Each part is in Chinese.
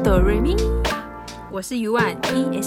哆瑞咪，我是U1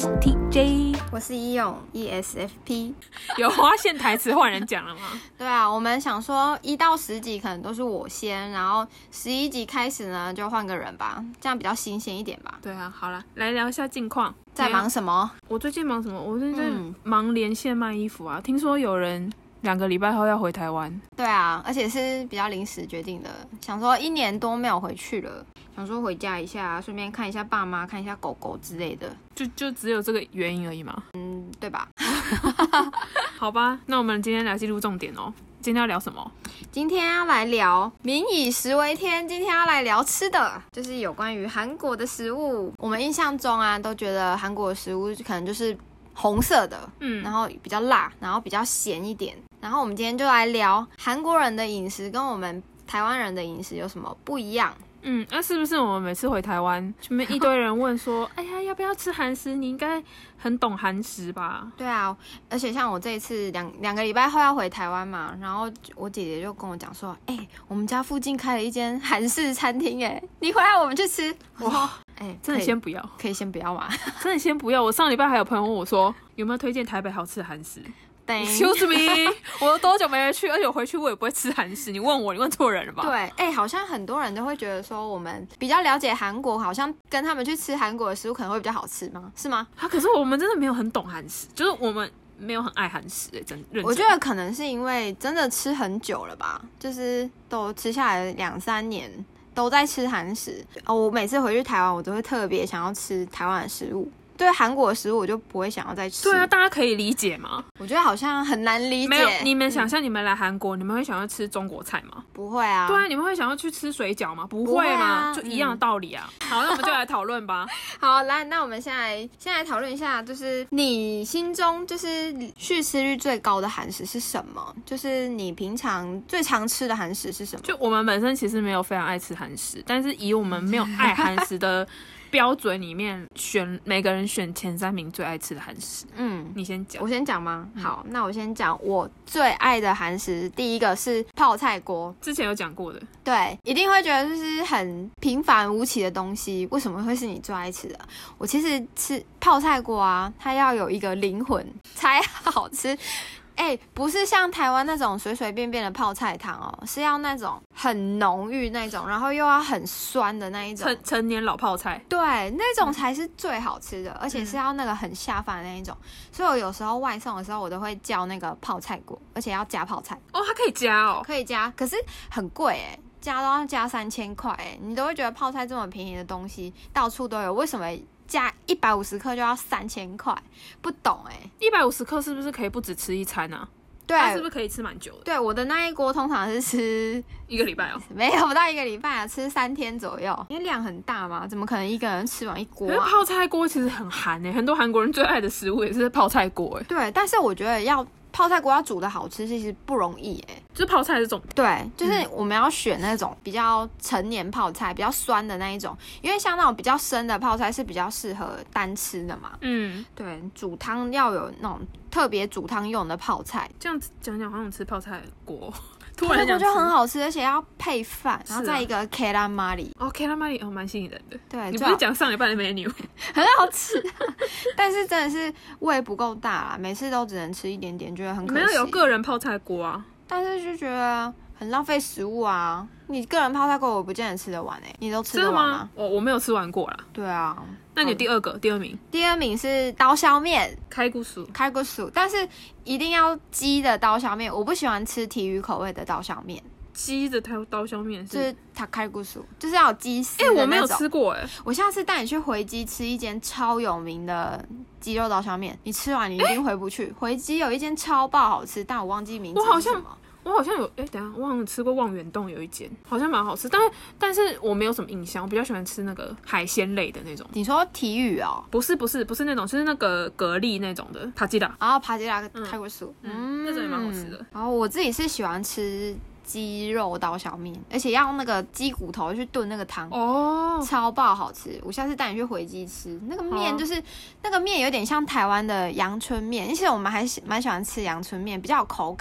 ESTJ， 我是一勇 ESFP。 有花线台词换人讲了吗？ 对啊，我们想说1到10集可能都是我先，然后11集开始呢就换个人吧，这样比较新鲜一点吧。 对啊，好啦，来聊一下近况。 在忙什么？ 我最近忙什么？我最近忙连线卖衣服啊。听说有人2个礼拜后要回台湾。 对啊，而且是比较临时决定的，想说1年多没有回去了，想说回家一下，顺便看一下爸妈，看一下狗狗之类的。 就只有这个原因而已吗？ 对吧？ 好吧，那我们今天来进入重点哦。今天要聊什么？ 今天要来聊民以食为天，今天要来聊吃的，就是有关于韩国的食物。我们印象中啊，都觉得韩国的食物可能就是红色的，然后比较辣，然后比较咸一点。然后我们今天就来聊韩国人的饮食跟我们台湾人的饮食有什么不一样。 那是不是我们每次回台湾，前面一堆人问说，哎呀，要不要吃韩食？你应该很懂韩食吧？ 对啊，而且像我这一次两个礼拜后要回台湾嘛，然后我姐姐就跟我讲说，我们家附近开了一间韩式餐厅，你回来我们去吃。哇， 真的先不要， 可以先不要吗？ 真的先不要。我上礼拜还有朋友问我说，有没有推荐台北好吃的韩食？Excuse me， 我多久没回去？而且我回去我也不会吃韩食。你问我，你问错人了吧？ 对，好像很多人都会觉得说，我们比较了解韩国，好像跟他们去吃韩国的食物可能会比较好吃吗？是吗？ 可是我们真的没有很懂韩食，就是我们没有很爱韩食，真认真。 我觉得可能是因为真的吃很久了吧，就是都吃下来2-3年都在吃韩食。我每次回去台湾，我都会特别想要吃台湾的食物。对韩国的食物我就不会想要再吃。 对啊，大家可以理解吗？ 我觉得好像很难理解。 没有，你们想象你们来韩国，你们会想要吃中国菜吗？ 不会啊。 对啊，你们会想要去吃水饺吗？不会吗？就一样的道理啊。好，那我们就来讨论吧。 好，来，那我们先来讨论一下，就是你心中就是续吃率最高的韩食是什么？就是你平常最常吃的韩食是什么？ 就我们本身其实没有非常爱吃韩食，但是以我们没有爱韩食的标准里面每个人选前3名最爱吃的韩食。你先讲。 我先讲吗？好，那我先讲我最爱的韩食。第一个是泡菜锅， 之前有讲过的。 对，一定会觉得就是很平凡无奇的东西，为什么会是你最爱吃的？我其实吃泡菜锅啊，它要有一个灵魂才好吃。不是像台湾那种随随便便的泡菜汤哦，是要那种很浓郁那种，然后又要很酸的那一种成年老泡菜。 对，那种才是最好吃的，而且是要那个很下饭的那一种。所以我有时候外送的时候，我都会叫那个泡菜锅，而且要加泡菜。 它可以加哦， 可以加，可是很贵加都要加3000块你都会觉得泡菜这么便宜的东西到处都有，为什么加150克就要3000块？不懂 150克是不是可以不只吃一餐啊？ 对， 它是不是可以吃蛮久的？ 对，我的那一锅通常是吃 1个礼拜哦， 没有不到1个礼拜啊，吃3天左右，因为量很大嘛，怎么可能一个人吃完一锅可是泡菜锅其实很韩很多韩国人最爱的食物也是泡菜锅对，但是我觉得泡菜锅要煮的好吃，其实不容易就是泡菜这种， 对，就是我们要选那种比较成年泡菜，比较酸的那一种，因为像那种比较生的泡菜是比较适合单吃的嘛。对，煮汤要有那种特别煮汤用的泡菜。 这样子讲好像吃泡菜锅。 突然就很好吃，而且要配饭，然后再一个 calamari。 calamari 蛮吸引人的。 对， 你不是讲上礼拜的 menu 很好吃，但是真的是胃不够大啦，每次都只能吃一点点，觉得很可惜。 没有个人泡菜锅啊， 但是就觉得很浪费食物啊。你个人泡菜锅我不见得吃得完你都吃得完吗？ 我没有吃完过啦。 对啊。 那你第二名？ 第2名是刀削面， 开骨酥， 但是一定要鸡的刀削面，我不喜欢吃鲫鱼口味的刀削面。 鸡的刀削面就是它开骨酥，就是要有鸡丝的那种。 我没有吃过我下次带你去回鸡吃一间超有名的鸡肉刀削面，你吃完你一定回不去。回鸡有一间超爆好吃，但我忘记名字是什么。 我好像有等一下忘了吃过望远洞有一间，好像蛮好吃，但是我没有什么印象，我比较喜欢吃那个海鲜类的那种。 你说鲫鱼哦？ 不是那种，是那个蛤蜊那种的帕吉拉。 帕吉拉开骨酥， 那种也蛮好吃的。 然后我自己是喜欢吃鸡肉刀削面，而且要用那个鸡骨头去炖那个汤超爆好吃。我下次带你去回鸡吃那个面，就是那个面有点像台湾的阳春面，而且我们还蛮喜欢吃阳春面，比较有口感。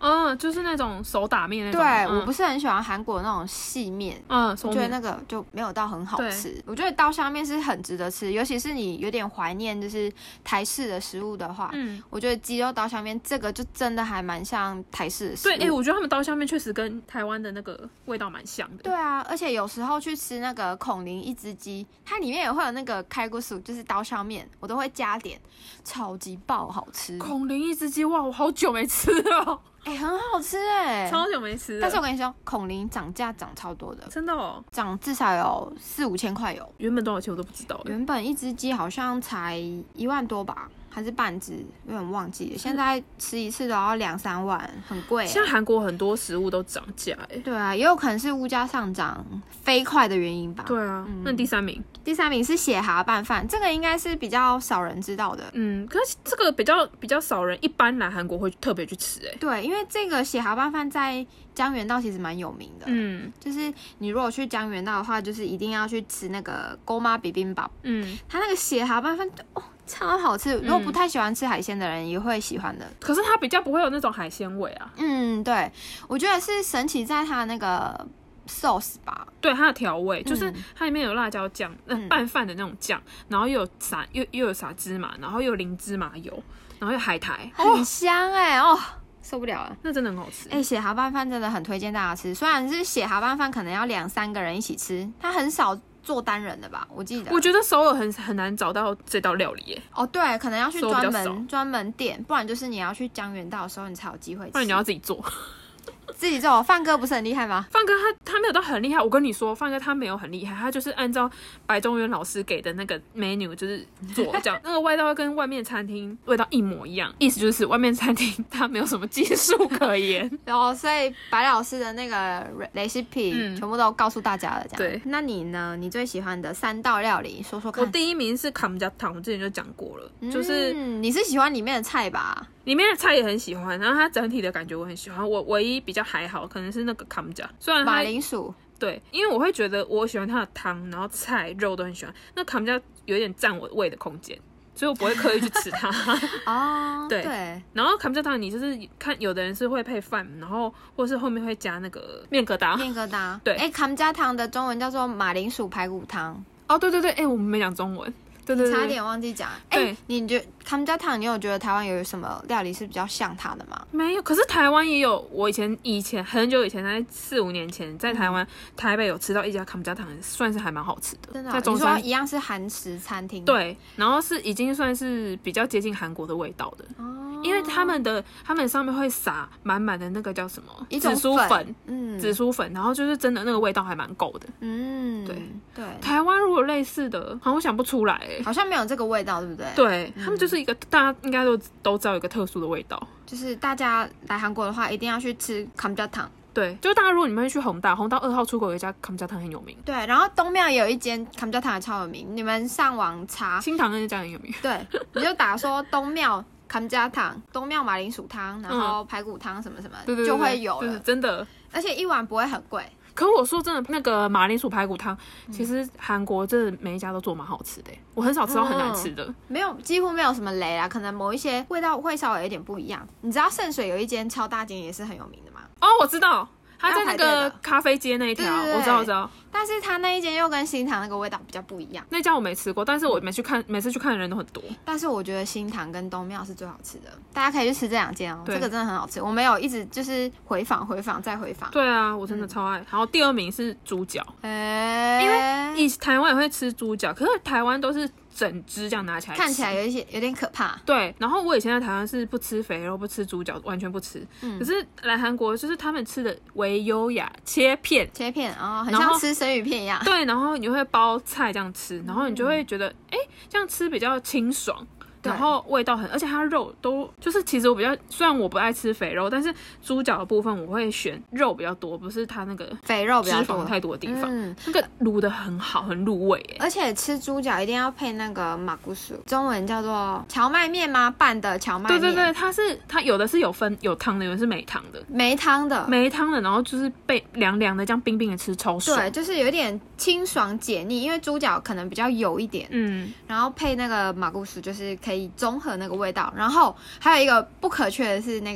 就是那种手打面那种。 对，我不是很喜欢韩国那种细面，我觉得那个就没有到很好吃。我觉得刀削面是很值得吃，尤其是你有点怀念就是台式的食物的话，我觉得鸡肉刀削面这个就真的还蛮像台式的食物。 对，我觉得他们刀削面确实跟台湾的那个味道蛮像的。 对啊，而且有时候去吃那个孔林一只鸡，它里面也会有那个开锅酥，就是刀削面，我都会加点，超级爆好吃。 孔林一只鸡，哇，我好久没吃了。 很好吃超久没吃了。 但是我跟你说，孔林涨价涨超多的， 真的哦， 涨至少有4-5千块有。 原本多少钱我都不知道。 原本一只鸡好像才1万多吧，还是半只，有点忘记了。现在吃一次都要2-3万，很贵。 现在韩国很多食物都涨价对啊，也有可能是物价上涨飞快的原因吧。 对啊，那第三名是血蛤拌饭，这个应该是比较少人知道的。 可是这个比较少人一般来韩国会特别去吃对，因为这个血蛤拌饭在江原道其实蛮有名的。就是你如果去江原道的话，就是一定要去吃那个锅妈比冰堡。它那个血蛤拌饭超好吃，如果不太喜欢吃海鲜的人也会喜欢的。 可是它比较不会有那种海鲜味啊。 对，我觉得是神奇在它那个sauce 吧， 对，它的调味就是它里面有辣椒酱，拌饭的那种酱，然后又有撒芝麻，然后又有淋芝麻油，然后有海苔， 很香受不了了， 那真的很好吃。 血蛤拌饭真的很推荐大家吃，虽然是血蛤拌饭可能要2-3个人一起吃，它很少做单人的吧，我记得。 我觉得首尔很难找到这道料理对，可能要去专门店，不然就是你要去江原道的时候你才有机会吃， 不然你要自己做。 自己做。范哥不是很厉害吗？ 范哥他没有到很厉害，我跟你说，范哥他没有很厉害，他就是按照白中原老师给的那个 menu 就是做这样，那个味道会跟外面餐厅味道一模一样，意思就是外面餐厅他没有什么技术可言。 然后所以白老师的那个 recipe 全部都告诉大家了，这样。 对， 那你呢？你最喜欢的3道料理说说看。 我第一名是卡姆加汤，我之前就讲过了，就是你是喜欢里面的菜吧？ 里面的菜也很喜欢，然后它整体的感觉我很喜欢。我唯一比较还好，可能是那个卡姆加，虽然马铃薯。 对，因为我会觉得我喜欢它的汤，然后菜肉都很喜欢。那卡姆加有点占我胃的空间，所以我不会刻意去吃它。对。然后卡姆加汤，你就是看有的人是会配饭，然后或是后面会加那个面疙瘩。 面疙瘩。 对。 卡姆加汤的中文叫做马铃薯排骨汤。 对，我们没讲中文。对， 差点忘记讲。你觉得卡姆加汤，你有觉得台湾有什么料理是比较像它的吗？ 没有，可是台湾也有。我以前很久以前，在4-5年前，在台湾台北有吃到一家卡姆加汤，算是还蛮好吃的。 真的在中山你说一样是韩食餐厅。 对，然后是已经算是比较接近韩国的味道的。因为他们上面会撒满满的那个叫什么紫苏粉，紫苏粉，然后就是真的那个味道还蛮够的。对。台湾如果类似的，好像我想不出来好像没有这个味道，对不对？ 对，他们就是一个大家应该都知道有一个特殊的味道， 就是大家来韩国的话，一定要去吃卡姆加汤。 对，就是大家如果你们会去弘大2号出口有一家卡姆加汤很有名。 对，然后东庙也有一间卡姆加汤也超有名，你们上网查新塘那家很有名。 对，你就打说东庙卡姆加汤、东庙马铃薯汤，然后排骨汤什么什么， 对就会有了。 真的， 而且一碗不会很贵。 可我说真的，那个马铃薯排骨汤，其实韩国这每一家都做蛮好吃的，我很少吃到很难吃的。 没有，几乎没有什么雷啦，可能某一些味道会稍微有点不一样。你知道圣水有一间超大间也是很有名的吗？ 我知道。他在那个咖啡街那一条，我知道。 但是他那一间又跟新塘那个味道比较不一样。 那家我没吃过，但是我每次去看的人都很多。但是我觉得新塘跟东庙是最好吃的，大家可以去吃这2间这个真的很好吃。我没有一直就是回访再回访。 对啊，我真的超爱。然后第2名是猪脚，因为台湾也会吃猪脚，可是台湾都是整只这样拿起来吃， 看起来有点可怕。 对，然后我以前在台湾是不吃肥肉，不吃猪脚，完全不吃。可是来韩国就是他们吃的为优雅，切片很像吃生鱼片一样。 对，然后你会包菜这样吃，然后你就会觉得这样吃比较清爽。然后味道而且它肉都就是其实我比较，虽然我不爱吃肥肉，但是猪脚的部分我会选肉比较多，不是它那个肥肉比较脂肪太多的地方。那个卤的很好，很入味而且吃猪腳一定要配那个马古薯，中文叫做荞麦面吗？拌的荞麦面。 对，它有的是有汤的，有的是没汤的。没汤的，然后就是被凉凉的这样冰冰的吃超爽。 对，就是有点清爽解腻，因为猪脚可能比较油一点。然后配那个马古薯就是可以综合那个味道。然后还有一个不可缺的是那个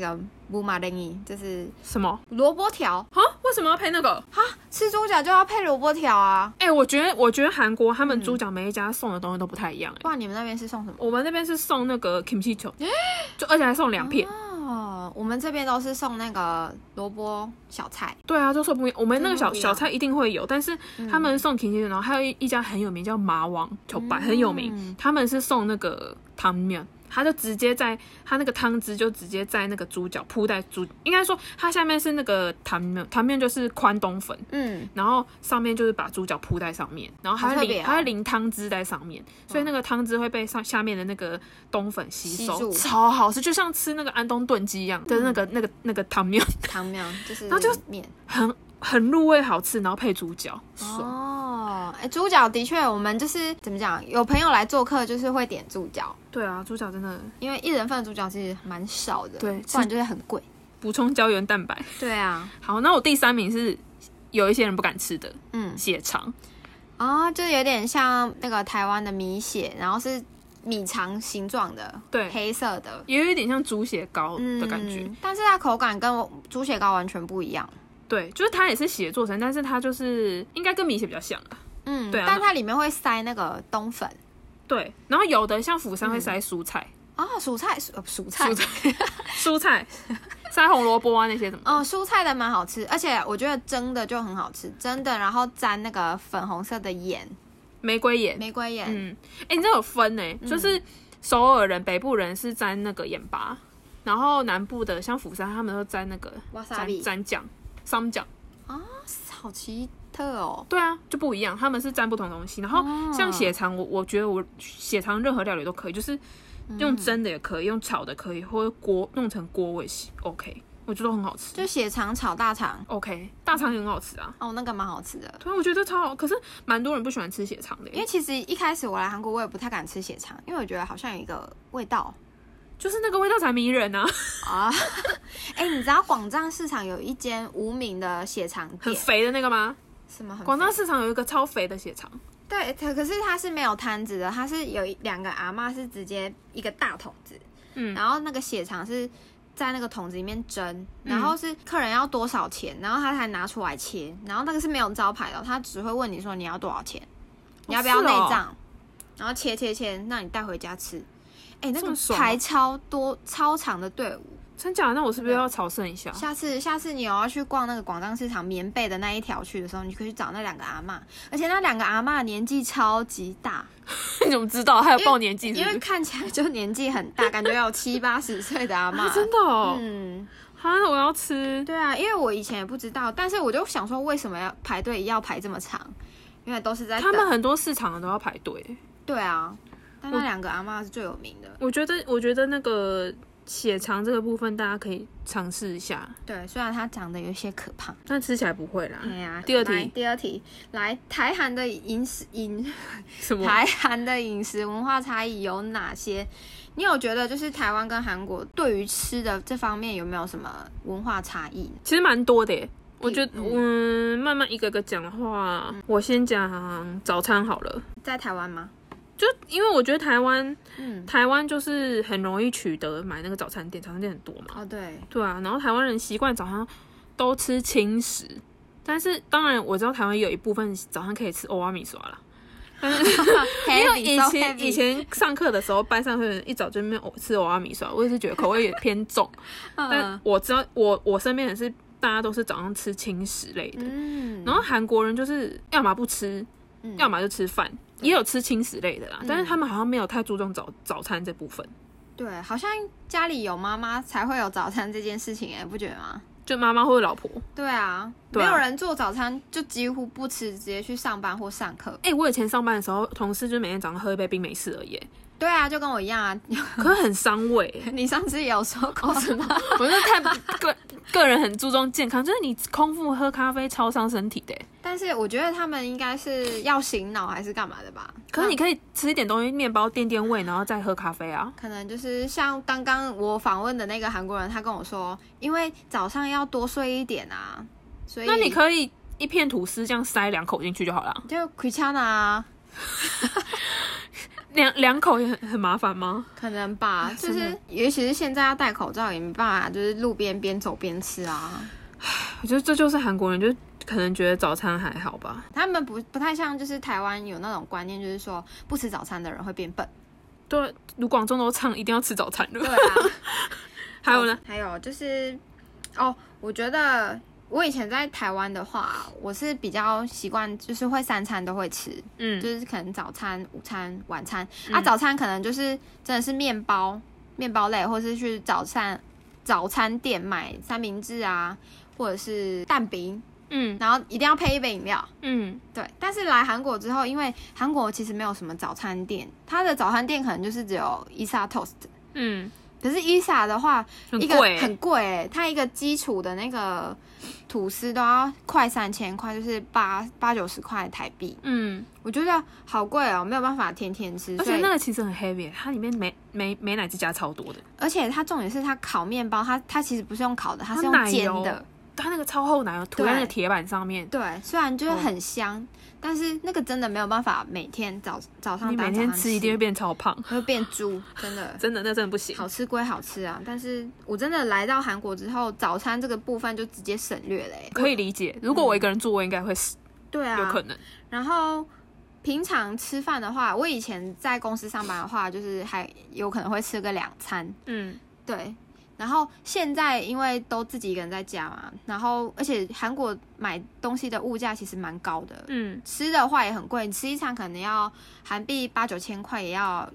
布马铃伊，就是什么萝卜条啊？为什么要配那个啊？吃猪脚就要配萝卜条啊？ 我觉得韩国他们猪脚每一家送的东西都不太一样。 不然你们那边是送什么？ 我们那边是送那个 kimchi 球，就而且还送2片。 我们这边都是送那个萝卜小菜。 对啊，就说不一样。我们那个小菜一定会有，但是他们送 kimchi 球，然后还有一家很有名叫麻王球白，很有名，他们是送那个汤面。他就直接在他那个汤汁就直接在那个猪脚铺在应该说它下面是那个汤面就是宽冬粉，然后上面就是把猪脚铺在上面，然后还会淋汤汁在上面，所以那个汤汁会被下面的那个冬粉吸收，超好吃，就像吃那个安东炖鸡一样的那个汤面就是， 然后就面很入味，好吃，然后配猪脚， 爽。猪脚的确，我们就是怎么讲，有朋友来做客，就是会点猪脚。 对啊，猪脚真的，因为1人份的猪脚其实蛮少的， 对， 不然就是很贵， 补充胶原蛋白。对啊。 好，那我第3名是有一些人不敢吃的，血肠。 就有点像那个台湾的米血，然后是米肠形状的， 对， 黑色的， 也有一点像猪血糕的感觉， 但是它口感跟猪血糕完全不一样。 对，就是它也是血做成，但是它就是应该跟米血比较像啊。对啊， 但它里面会塞那个冬粉。 对，然后有的像釜山会塞蔬菜。 蔬菜塞红萝卜啊那些什么。 蔬菜的蛮好吃，而且我觉得蒸的就很好吃，蒸的然后沾那个粉红色的盐， 玫瑰盐。你这有分就是首尔人、北部人是沾那个盐巴，然后南部的像釜山他们都沾那个沾酱。三酱好奇特哦。 对啊，就不一样，他们是沾不同东西。然后像血肠，我觉得我血肠任何料理都可以，就是用蒸的也可以，用炒的可以，或者弄成锅味 OK， 我觉得都很好吃。 就血肠炒大肠 OK， 大肠也很好吃啊。 那个蛮好吃的。 对啊，我觉得超好，可是蛮多人不喜欢吃血肠的。 因为其实一开始我来韩国，我也不太敢吃血肠，因为我觉得好像有一个味道。 就是那个味道才迷人啊！ 你知道广藏市场有一间无名的血肠店， 很肥的那个吗？ 什么？ 广藏市场有一个超肥的血肠。 对，可是它是没有摊子的，它是有2个阿嬷是直接一个大桶子，然后那个血肠是在那个桶子里面蒸，然后是客人要多少钱，然后他才拿出来切，然后那个是没有招牌的，他只会问你说你要多少钱，你要不要内脏，然后切，那你带回家吃。那个排超长的队伍， 真假的？那我是不是要朝圣一下？ 下次你有要去逛那个广藏市场棉被的那一条去的时候，你可以去找那2个阿嬷，而且那2个阿嬷年纪超级大。 你怎么知道？还有报年纪？ 因为看起来就年纪很大，感觉有70、80岁的阿嬷。 真的哦。我要吃。 对啊，因为我以前也不知道，但是我就想说，为什么要排队要排这么长？因为都是在他们很多市场都要排队。 对啊。但那2个阿嬷是最有名的。 我觉得那个血肠这个部分大家可以尝试一下。 对，虽然它长得有些可怕， 但吃起来不会啦。 第二题，来台韩的台韩的饮食文化差异有哪些？你有觉得就是台湾跟韩国对于吃的这方面有没有什么文化差异？ 其实蛮多的耶。我觉得慢慢一个个讲的话，我先讲早餐好了。 在台湾吗？ 就因为我觉得台湾就是很容易取得买那个早餐店很多嘛。对啊，然后台湾人习惯早上都吃轻食，但是当然我知道台湾有一部分早上可以吃欧阿米刷啦。但是因为以前上课的时候，班上会有人一早就吃欧阿米刷，我也是觉得口味也偏重。但我知道我身边也是大家都是早上吃轻食类的，然后韩国人就是要么不吃，要么就吃饭。也有吃轻食类的啦，但是他们好像没有太注重早餐这部分。 对，好像家里有妈妈才会有早餐这件事情，不觉得吗？ 就妈妈或者老婆。 对啊，没有人做早餐，就几乎不吃，直接去上班或上课。 我以前上班的时候，同事就每天早上喝一杯冰美式而已。 对啊，就跟我一样啊。 可是很伤胃。 你上次也有说过是吗？ 我是太个人很注重健康，就是你空腹喝咖啡超伤身体的。 但是我觉得他们应该是要醒脑还是干嘛的吧？ 可是你可以吃一点东西，面包垫胃，然后再喝咖啡啊。 可能就是像刚刚我访问的那个韩国人，他跟我说，因为早上要多睡一点啊，所以那你可以一片吐司这样塞2口进去就好了， 就귀찮아啊。 两口也很麻烦吗？ 可能吧，就是尤其是现在要戴口罩，也没办法，就是路边边走边吃啊。 我觉得这就是韩国人，就可能觉得早餐还好吧。 他们不太像，就是台湾有那种观念，就是说不吃早餐的人会变笨。 对，卢广仲都唱一定要吃早餐了。 对啊。 还有呢？ 还有就是我觉得我以前在台湾的话，我是比较习惯，就是会3餐都会吃，就是可能早餐、午餐、晚餐。早餐可能就是真的是面包类，或是去早餐店买三明治啊，或者是蛋饼，然后一定要配一杯饮料，对。但是来韩国之后，因为韩国其实没有什么早餐店，它的早餐店可能就是只有Isa Toast，可是Isa的话，很贵欸，它一个基础的那个吐司都要快3000块，就是80-90块台币。我觉得好贵哦，没有办法天天吃。 而且那个其实很 heavy， 它里面美乃滋加超多的。 而且它重点是它烤面包，它其实不是用烤的，它是用煎的。 它那个超厚奶油涂在那个铁板上面。 对，虽然就是很香，但是那个真的没有办法每天早上你每天吃一定会变超胖， 会变猪，真的真的那真的不行。 好吃归好吃啊，但是我真的来到韩国之后，早餐这个部分就直接省略了。 可以理解，如果我一个人住，我应该会对啊， 有可能。 然后平常吃饭的话，我以前在公司上班的话，就是还有可能会吃个2餐，对。然后现在因为都自己一个人在家嘛，然后而且韩国买东西的物价其实蛮高的，吃的话也很贵，你吃一餐可能要韩币8-9千块，也要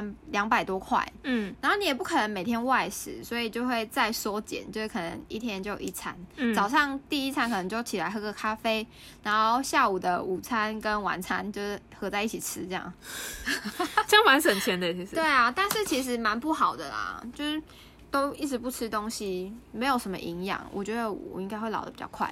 200多块，然后你也不可能每天外食，所以就会再缩减，就是可能一天就1餐，早上第一餐可能就起来喝个咖啡，然后下午的午餐跟晚餐就是合在一起吃，这样蛮省钱的其实。 对啊，但是其实蛮不好的啦，就是都一直不吃东西，没有什么营养，我觉得我应该会老得比较快。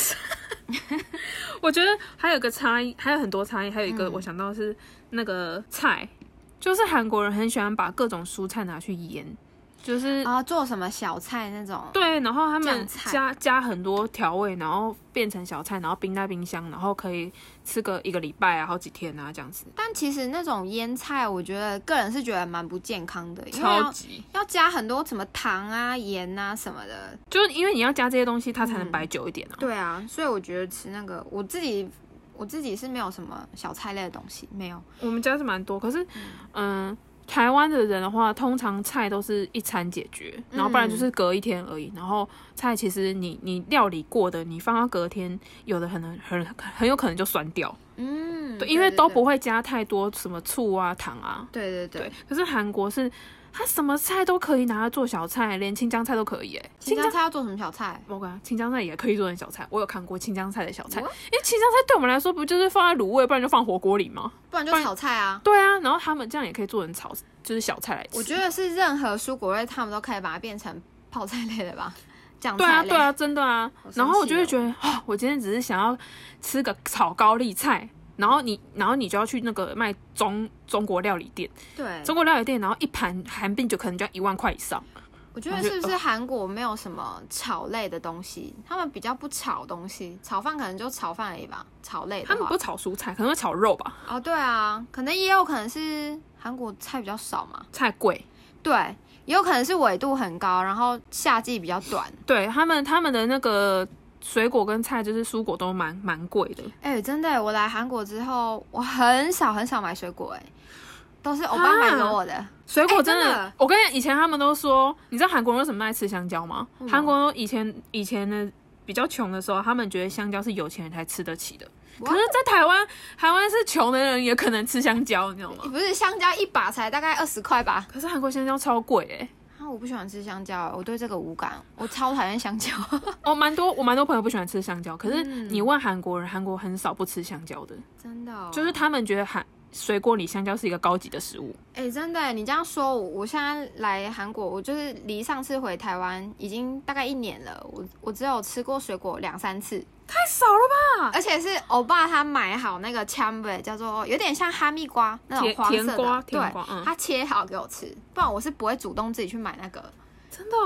我觉得还有个差异，还有很多差异，还有一个我想到是那个菜，就是韩国人很喜欢把各种蔬菜拿去腌，就是做什么小菜那种。 对，然后他们加很多调味，然后变成小菜，然后冰在冰箱，然后可以吃个1个礼拜啊，好几天啊这样子。 但其实那种腌菜，我觉得个人是觉得蛮不健康的，因为要加很多什么糖啊、盐啊什么的， 就是因为你要加这些东西，它才能摆久一点啊。 对啊，所以我觉得吃那个我自己是没有什么小菜类的东西，没有。 我们家是蛮多，可是台湾的人的话，通常菜都是一餐解决，然后不然就是隔一天而已。然后菜其实你料理过的，你放到隔天，有的很有可能就酸掉。对，因为都不会加太多什么醋啊、糖啊。 对。 可是韩国是，它什么菜都可以拿来做小菜，连青江菜都可以。 青江菜要做什么小菜？ 我看青江菜也可以做成小菜，我有看过青江菜的小菜。因为青江菜对我们来说不就是放在卤味，不然就放火锅里吗？ 不然就炒菜啊。 对啊，然后他们这样也可以做成就是小菜来吃。 我觉得是任何蔬果类，他们都可以把它变成泡菜类的吧，酱菜类。 对啊，真的啊。然后我就会觉得，我今天只是想要吃个炒高丽菜。然后你就要去那个卖中国料理店， 对， 中国料理店，然后一盘韩币就可能就要1万块以上。 我觉得是不是韩国没有什么炒类的东西，他们比较不炒东西，炒饭可能就炒饭而已吧，炒类的话。 他们不炒蔬菜，可能会炒肉吧。 对啊，可能也有可能是韩国菜比较少嘛， 菜贵。 对，也有可能是纬度很高，然后夏季比较短。 对，他们的那个水果跟菜就是蔬果都蛮贵的。 真的，我来韩国之后，我很少买水果，都是欧巴买给我的。 水果真的，我跟你讲，以前他们都说，你知道韩国人为什么爱吃香蕉吗？韩国以前的比较穷的时候，他们觉得香蕉是有钱人才吃得起的。可是，在台湾是穷的人也可能吃香蕉，你知道吗？ 不是，香蕉一把才大概20块吧？ 可是韩国香蕉超贵我不喜欢吃香蕉，我对这个无感，我超讨厌香蕉。 我蛮多朋友不喜欢吃香蕉，可是你问韩国人，韩国很少不吃香蕉的， 真的就是他们觉得水果里香蕉是一个高级的食物。 真的，你这样说，我现在来韩国，我就是离上次回台湾已经大概1年了，我只有吃过水果2-3次。 太少了吧？ 而且是欧巴他买好那个枪贝，叫做有点像哈密瓜那种黄色的甜瓜， 他切好给我吃，不然我是不会主动自己去买那个。 真的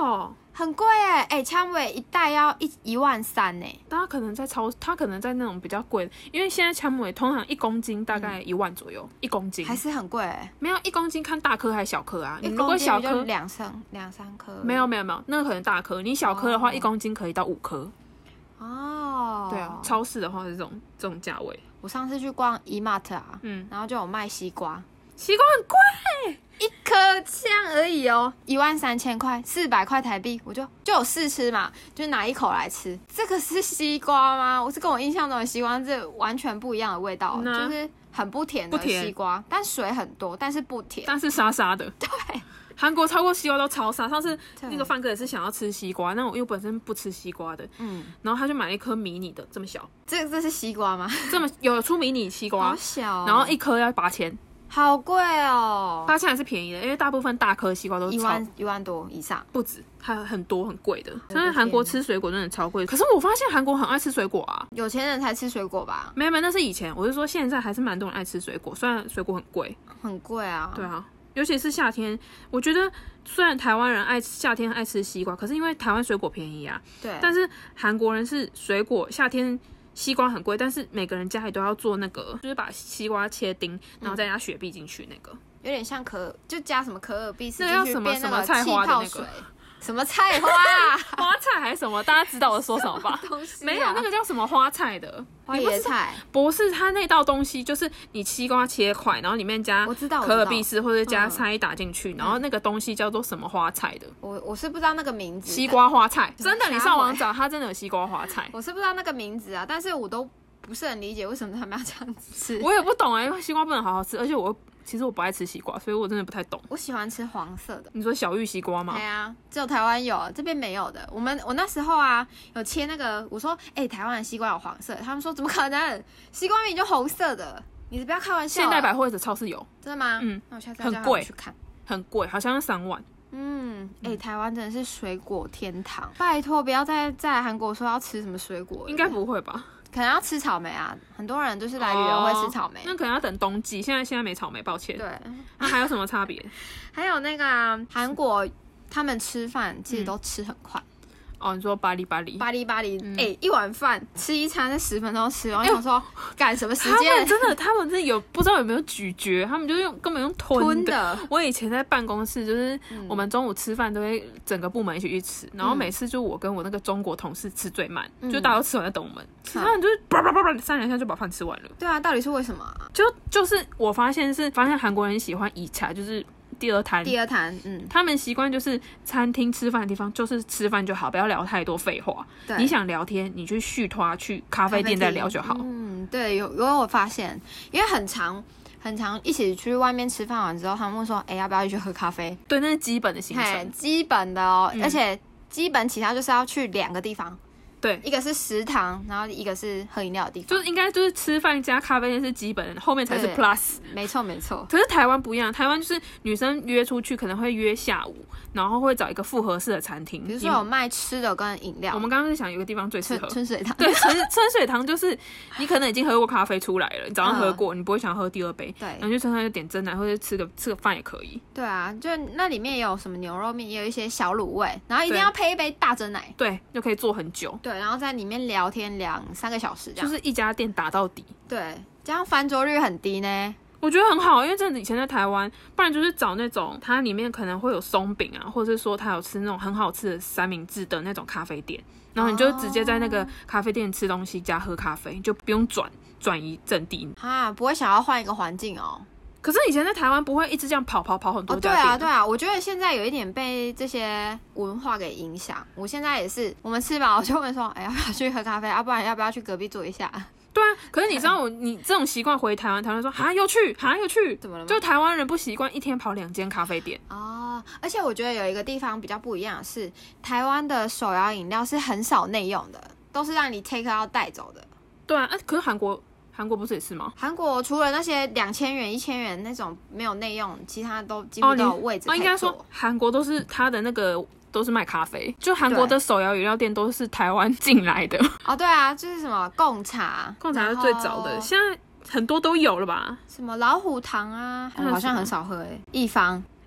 很贵哎，枪尾一袋要13000哎。 但它可能在那种比较贵的，因为现在枪尾通常1公斤大概1万左右，1公斤还是很贵哎。 没有1公斤看大颗还是小颗啊？你如果小颗就 2-3颗。 没有，那个可能大颗，你小颗的话1公斤可以到5颗。 哦， 对啊，超市的话是这种价位。 我上次去逛 E-Mart 啊，然后就有卖西瓜很贵 ，1颗这样而已哦，13000块，400块台币，我就有试吃嘛，就拿一口来吃。这个是西瓜吗？我是跟我印象中的西瓜是完全不一样的味道，就是很不甜的西瓜，但水很多，但是不甜， 但是沙沙的。 对。 韩国超过西瓜都超沙，上次那个范哥也是想要吃西瓜，那我因为本身不吃西瓜的，然后他就买了一颗迷你的，这么小。 这是西瓜吗？ 这么有出迷你西瓜， 好小然后1颗要8000， 好贵哦。 8000还是便宜的，因为大部分大颗西瓜都 1万多以上， 不止，还有很多很贵的。但是韩国吃水果真的超贵，可是我发现韩国很爱吃水果啊， 有钱人才吃水果吧？ 没，那是以前，我是说现在还是蛮多人爱吃水果，虽然水果很贵， 很贵啊。 对啊。尤其是夏天，我觉得虽然台湾人夏天爱吃西瓜，可是因为台湾水果便宜啊， 对。但是韩国人是水果夏天西瓜很贵，但是每个人家里都要做那个，就是把西瓜切丁，然后再加雪碧进去那个， 有点像就加什么可尔必斯那叫什么菜花的那个。 什么菜花花菜还是什么？大家知道我说什么吧？没有，那个叫什么花菜的花椰菜， 不是它那道东西，就是你西瓜切块，然后里面加可尔必斯或者加菜打进去，然后那个东西叫做什么花菜的？ 我是不知道那个名字。 西瓜花菜，真的，你上网找，它真的有西瓜花菜。 我是不知道那个名字啊，但是我都不是很理解为什么他们要这样子吃。 我也不懂因为西瓜不能好好吃，而且其实我不爱吃西瓜，所以我真的不太懂。 我喜欢吃黄色的。 你说小玉西瓜吗？ 对啊，只有台湾有，这边没有的。我那时候啊有切那个，我说台湾的西瓜有黄色，他们说怎么可能？西瓜明明就红色的，你不要开玩笑。 现代百货或者超市有， 真的吗？那我下次很贵去看， 很贵，好像要3万。 台湾真的是水果天堂，拜托不要再来韩国说要吃什么水果了。 应该不会吧？ 可能要吃草莓啊，很多人就是来旅游会吃草莓， 那可能要等冬季，现在没草莓，抱歉。 对， 那还有什么差别？ 还有那个韩国他们吃饭其实都吃很快。 哦，你说巴黎， 一碗饭吃一餐在10分钟吃完，我想说赶什么时间？ 他们是不知道有没有咀嚼，他们就根本用吞的。我以前在办公室，就是我们中午吃饭都会整个部门一起去吃，然后每次就我跟我那个中国同事吃最慢，就大家都吃完在等我们，他们就是叭叭叭叭3两下就把饭吃完了。 对啊，到底是为什么啊？ 就是我发现韩国人喜欢以茶，就是第二摊，他们习惯就是餐厅吃饭的地方，就是吃饭就好，不要聊太多废话。你想聊天，你去续拖去咖啡店再聊就好。 对，有我发现，因为很常一起去外面吃饭完之后，他们会说，要不要一起去喝咖啡？ 对，那是基本的行程， 基本的哦，而且基本其他就是要去2个地方。 对， 一个是食堂，然后一个是喝饮料的地方， 就是应该就是吃饭加咖啡店是基本的，后面才是 plus。 没错。 可是台湾不一样，台湾就是女生约出去可能会约下午，然后会找一个复合式的餐厅， 比如说有卖吃的跟饮料。 我们刚刚是想有个地方最适合春水堂， 对，春水堂就是你可能已经喝过咖啡出来了，你早上喝过，你不会想喝第2杯， 对， 然后就趁它就点珍奶或者吃个饭也可以。 对啊，就那里面也有什么牛肉面，也有一些小卤味，然后一定要配一杯大珍奶， 对，就可以坐很久。 对，然后在里面聊天2-3个小时这样， 就是一家店打到底。 对，这样翻桌率很低呢。 我觉得很好，因为真的以前在台湾，不然就是找那种它里面可能会有松饼啊，或者是说它有吃那种很好吃的三明治的那种咖啡店，然后你就直接在那个咖啡店吃东西加喝咖啡，就不用转移阵地不会想要换一个环境哦。 可是以前在台湾不会一直这样跑很多家店。 对啊，我觉得现在有一点被这些文化给影响。我现在也是，我们吃饱我就问说，要不要去喝咖啡？不然要不要去隔壁坐一下？ 对啊，可是你知道你这种习惯回台湾说又去， 怎么了吗？ 就台湾人不习惯一天跑2间咖啡店而且我觉得有一个地方比较不一样的是，台湾的手摇饮料是很少内用的，都是让你 take out 带走的。 对啊，可是韩国不是也是吗？ 韩国除了那些2000元、1000元那种没有内用，其他都几乎都有位置可以坐。 应该说韩国都是它的那个都是卖咖啡，就韩国的手摇饮料店都是台湾进来的。 对啊，就是什么贡茶是最早的，现在很多都有了吧？ 什么老虎堂啊，好像很少喝一方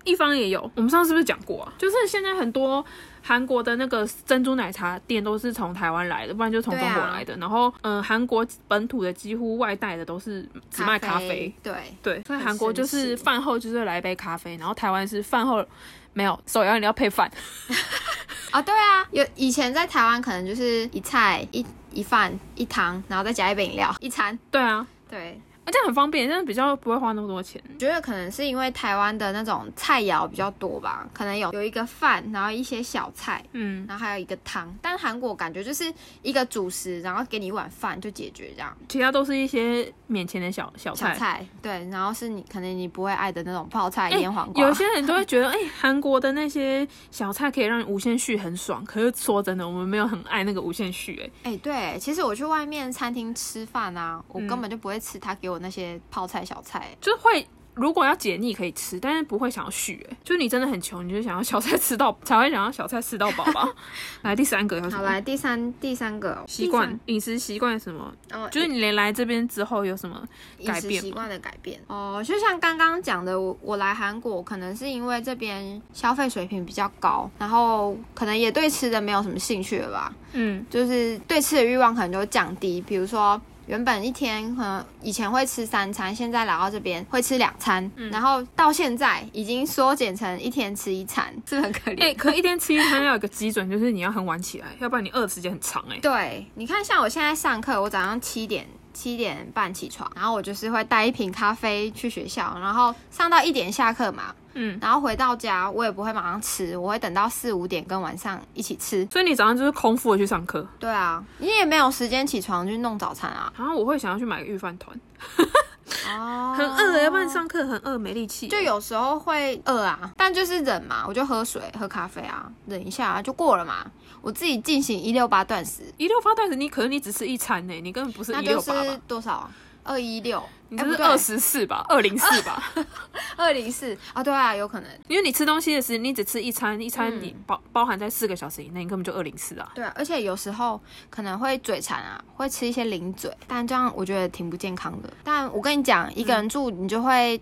一方也有，我们上次是不是讲过啊？就是现在很多韩国的那个珍珠奶茶店都是从台湾来的，不然就从中国来的。然后韩国本土的几乎外带的都是只卖咖啡。对，所以韩国就是饭后就是来一杯咖啡，然后台湾是饭后没有手摇饮料配饭。 对啊，以前在台湾可能就是一菜一饭一汤，然后再加一杯饮料一餐。 对啊， 对。 这样很方便，但是比较不会花那么多钱。 觉得可能是因为台湾的那种菜肴比较多吧，可能有一个饭，然后一些小菜，然后还有一个汤。但韩国感觉就是一个主食，然后给你一碗饭就解决这样， 其他都是一些免钱的小菜。 对，然后是可能你不会爱的那种泡菜、腌黄瓜。 有些人都会觉得，韩国的那些小菜可以让你无限续，很爽。可是说真的，我们没有很爱那个无限续。 对，其实我去外面餐厅吃饭啊，我根本就不会吃他给我那些泡菜小菜， 就是会如果要解腻可以吃，但是不会想要续。就是你真的很穷，你就想要小菜吃到才会想要小菜吃到饱吧。来第三个， 好，来第三个习惯，饮食习惯什么？就是你连来这边之后有什么改变？ 饮食习惯的改变就像刚刚讲的，我来韩国可能是因为这边消费水平比较高，然后可能也对吃的没有什么兴趣了吧。就是对吃的欲望可能就降低，比如说。原本一天可能以前会吃3餐，现在来到这边会吃2餐，然后到现在已经缩减成一天吃1餐，是很可怜。 可一天吃1餐要有个基准，就是你要很晚起来，要不然你饿的时间很长。 对，你看像我现在上课，我早上7点半起床，然后我就是会带一瓶咖啡去学校，然后上到1点下课嘛。然后回到家我也不会马上吃，我会等到4、5点跟晚上一起吃。 所以你早上就是空腹的去上课？ 对啊，你也没有时间起床去弄早餐啊。 然后我会想要去买个御饭团。很饿，要不然上课很饿没力气。 就有时候会饿啊，但就是忍嘛，我就喝水喝咖啡啊，忍一下就过了嘛。我自己进行168断食 ，168断食可是你只吃1餐你根本不是168吧？ 那就是多少？216， 你这是24吧？204吧 ？204啊，对啊，有可能， 因为你吃东西的时间，你只吃一餐你包含在4个小时以内，你根本就204啊。 对啊，而且有时候可能会嘴馋啊，会吃一些零嘴，但这样我觉得挺不健康的。但我跟你讲，一个人住你就会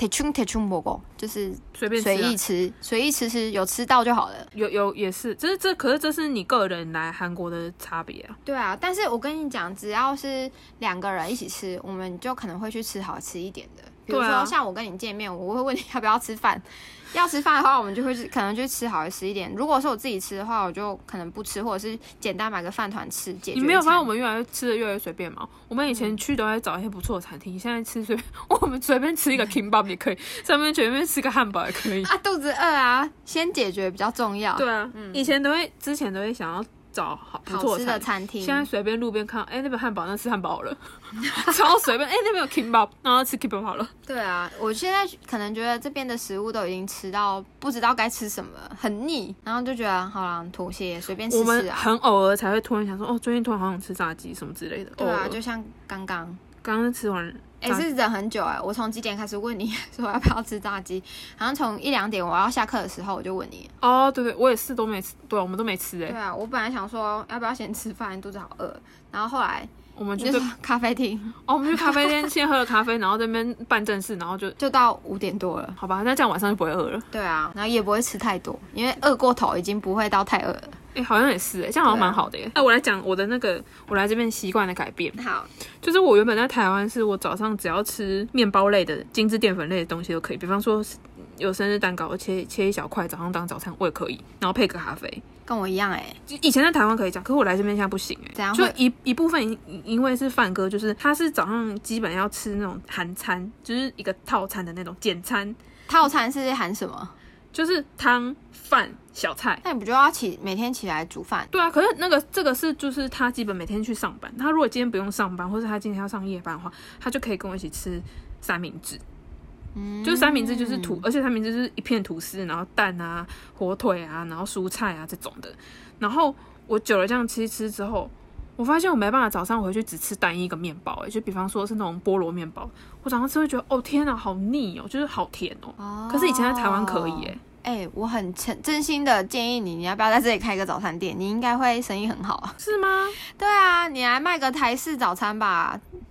대충 먹어，就是随意吃，有吃到就好了。 也是，可是这是你个人来韩国的差别啊。 对啊，但是我跟你讲，只要是2个人一起吃，我们就可能会去吃好吃一点的。比如说像我跟你见面，我会问你要不要吃饭。要吃饭的话，我们就会可能去吃好吃一点。如果是我自己吃的话，我就可能不吃，或者是简单买个饭团吃解决。 你没有发现我们吃的越来越随便吗？我们以前去都在找一些不错的餐厅，现在吃随便，我们随便吃一个 kimbap 也可以，上面随便吃个汉堡也可以啊。肚子饿啊，先解决比较重要。 对啊，之前都会想要找不错的餐厅， 现在随便路边看，那边汉堡，那吃汉堡好了，超随便，那边有 kimbap， 然后吃 kimbap 好了。 对啊，我现在可能觉得这边的食物都已经吃到不知道该吃什么了，很腻，然后就觉得好啦，妥协，随便吃吃啊。 我们很偶尔才会突然想说，最近突然好想吃炸鸡什么之类的。 对啊，就像刚刚吃完。 是忍很久我从几点开始问你说要不要吃炸鸡，好像从1、2点我要下课的时候我就问你。 对，我也是都没吃，对，我们都没吃对啊，我本来想说要不要先吃饭，肚子好饿，然后后来我们就咖啡厅。 我们去咖啡店先喝了咖啡，然后这边办正事，然后就到5点多了。 好吧，那这样晚上就不会饿了。 对啊，然后也不会吃太多，因为饿过头已经不会到太饿了。 好像也是这样好像蛮好的耶。我来讲我的我来这边习惯的改变。 好， 就是我原本在台湾，是我早上只要吃面包类的、精致淀粉类的东西都可以，比方说有生日蛋糕，我切一小块，早上当早餐我也可以，然后配个咖啡。 跟我一样以前在台湾可以这样，可是我来这边现在不行怎样？ 就一部分因为是范哥，就是他是早上基本要吃那种韩餐，就是一个套餐的那种简餐。 套餐是含什么？ 就是汤、饭、小菜。 那你不就要每天起来煮饭？ 对啊，可是这个是就是他基本每天去上班，他如果今天不用上班，或是他今天要上夜班的话，他就可以跟我一起吃三明治。就是三明治就是而且三明治就是一片吐司，然后蛋啊、火腿啊，然后蔬菜啊这种的。然后我久了这样吃之后，我发现我没办法早上回去只吃单一个面包就比方说是那种菠萝面包，我早上吃会觉得天啊好腻就是好甜可是以前在台湾可以我很真心的建议你要不要在这里开一个早餐店？你应该会生意很好。 是吗？ 对啊，你来卖个台式早餐吧，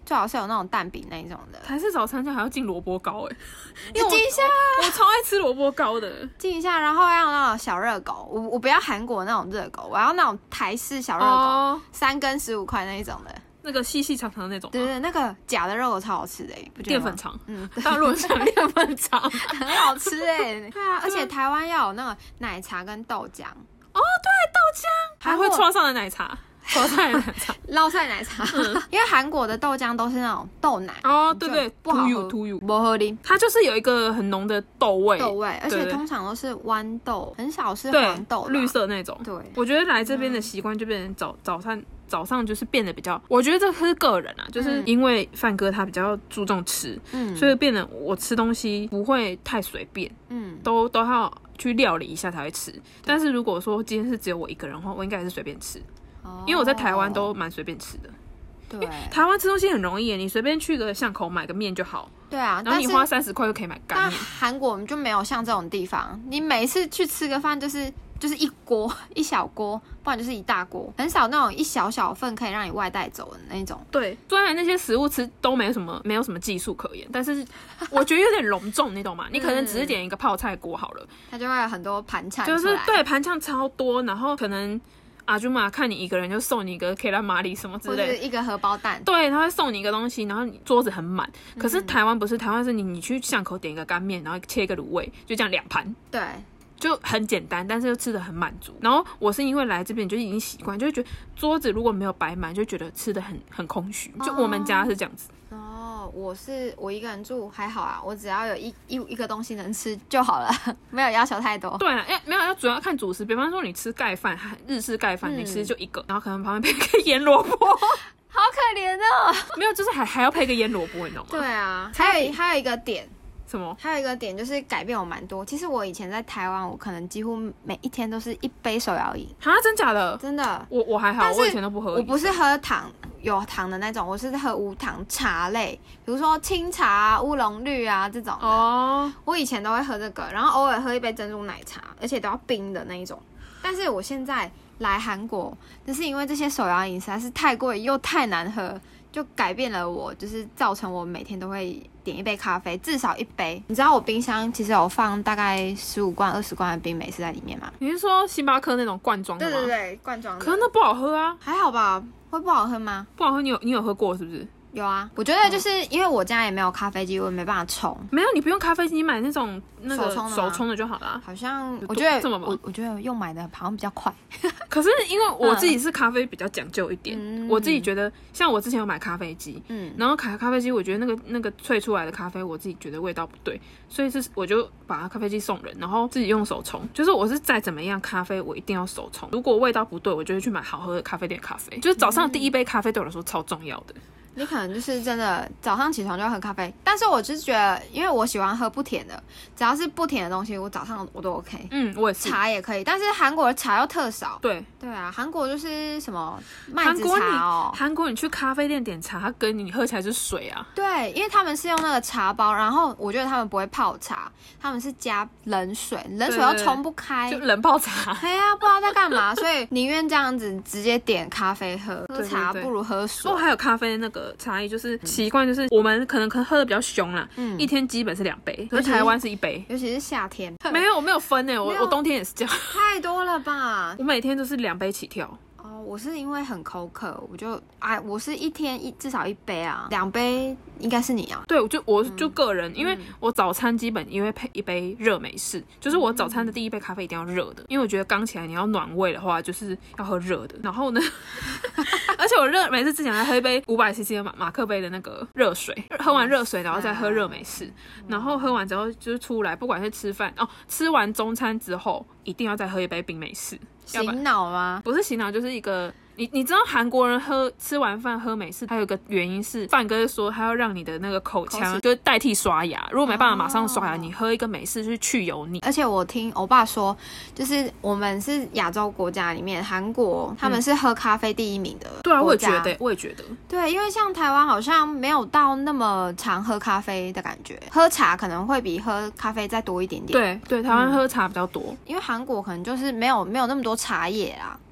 最好是有那种蛋饼那一种的。 台式早餐店还要进萝卜糕你记一下， 我超爱吃萝卜糕的。 记一下，然后要那种小热狗，我不要韩国那种热狗，我要那种台式小热狗，3根15块那一种的。 那个细细长长的那种， 对，那个假的热狗超好吃的，不觉得吗？ 淀粉肠，大陆人讲淀粉肠， 很好吃对啊，而且台湾要有那个奶茶跟豆浆。 对，豆浆还会戳上的奶茶。泡菜奶茶， 捞菜奶茶，因为韩国的豆浆都是那种豆奶对， 不好喝，不好喝。 它就是有一个很浓的豆味， 而且通常都是豌豆，很少是黄豆， 绿色那种。对，我觉得来这边的习惯就变成早上就是变得比较，我觉得这是个人啊，就是因为范哥他比较注重吃，所以变得我吃东西不会太随便，都要去料理一下才会吃。但是如果说今天是只有我一个人的话，我应该还是随便吃。因为我在台湾都蛮随便吃的，对，台湾吃东西很容易，你随便去个巷口买个面就好， 对啊， 然后你花30块就可以买干面。 但韩国我们就没有像这种地方，你每次去吃个饭就是一锅一小锅，不然就是一大锅，很少那种一小小份可以让你外带走的那种。 对，虽然那些食物吃都没有什么技术可言，但是我觉得有点隆重，你懂吗？你可能只是点一个泡菜锅好了， 它就会有很多盘菜， 就是对盘酱超多，然后可能。阿舅妈看你一个人就送你一个 K 拉玛里什么之类的， 或者一个荷包蛋， 对，他会送你一个东西，然后你桌子很满。可是台湾不是，台湾是你去巷口点一个干面，然后切一个卤味，就这样2盘， 对， 就很简单，但是又吃得很满足。然后我是因为来这边就已经习惯，就会觉得桌子如果没有摆满，就觉得吃得很空虚。就我们家是这样子。 我一个人住还好啊，我只要有一个东西能吃就好了，没有要求太多。 对啊，没有要主要看主食，比方说你吃盖饭，日式盖饭，你其实就一个，然后可能旁边配个腌萝卜， 好可怜哦。 没有，就是还要配个腌萝卜，你知道吗？ 对啊，还有一个点。 什么？ 还有一个点就是改变我蛮多。其实我以前在台湾，我可能几乎每一天都是1杯手摇饮。 啊，真假的？ 真的。 我还好，我以前都不喝。 我不是喝有糖的那种，我是喝无糖茶类，比如说清茶、乌龙绿啊这种的。我以前都会喝这个，然后偶尔喝一杯珍珠奶茶，而且都要冰的那一种。但是我现在来韩国，就是因为这些手摇饮实在是太贵又太难喝。就改变了我，就是造成我每天都会点1杯咖啡，至少1杯。你知道我冰箱其实有放大概15罐、20罐的冰美式在里面吗？ 你是说星巴克那种罐装的吗？ 对，罐装的。 可是那不好喝啊。 还好吧？会不好喝吗？ 不好喝，你有喝过是不是？ 有啊，我觉得就是因为我家也没有咖啡机，我也没办法冲。 没有，你不用咖啡机，你买那种手冲的就好了。 好像我觉得这么忙，我觉得用买的好像比较快。 可是因为我自己是咖啡比较讲究一点，我自己觉得像我之前有买咖啡机，然后咖啡机我觉得那个萃出来的咖啡我自己觉得味道不对，所以我就把咖啡机送人，然后自己用手冲。就是我是再怎么样咖啡我一定要手冲，如果味道不对，我就会去买好喝的咖啡店咖啡。就是早上第1杯咖啡对我来说超重要的。 你可能就是真的早上起床就要喝咖啡，但是我就是觉得，因为我喜欢喝不甜的，只要是不甜的东西，我早上我都 OK。 我也是。 茶也可以，但是韩国的茶又特少。 对啊，韩国就是什么麦子茶哦。 韩国你去咖啡店点茶，它跟你喝起来就是水啊。 对，因为他们是用那个茶包，然后我觉得他们不会泡茶，他们是加冷水，冷水又冲不开， 就冷泡茶。 对啊，不知道在干嘛，所以宁愿这样子直接点咖啡喝茶不如喝水。 还有咖啡那个差异就是习惯，就是我们可能喝的比较凶啦，一天基本是2杯，可是台湾是1杯， 尤其是夏天。 我没有分我冬天也是这样， 太多了吧？ 我每天都是2杯起跳。 我是因为很口渴，我是一天至少1杯啊，2杯应该是你啊。 对，我就个人，因为我早餐基本因为配1杯热美式，就是我早餐的第1杯咖啡一定要热的，因为我觉得刚起来你要暖胃的话，就是要喝热的。然后呢，而且我热美式之前还喝1杯500cc 的马克杯的那个热水，喝完热水然后再喝热美式，然后喝完之后就是出来，不管是吃饭吃完中餐之后，一定要再喝1杯冰美式。 醒脑吗？ 不是醒脑，就是一个你知道韩国人吃完饭喝美式，还有一个原因是范哥说他要让你的那个口腔就代替刷牙，如果没办法马上刷牙，你喝一个美式去去油腻。 而且我听欧巴说，就是我们是亚洲国家里面，韩国他们是喝咖啡第1名的。 对啊，我也觉得。 对，因为像台湾好像没有到那么常喝咖啡的感觉，喝茶可能会比喝咖啡再多一点点。 对，台湾喝茶比较多， 因为韩国可能就是没有那么多茶叶啦。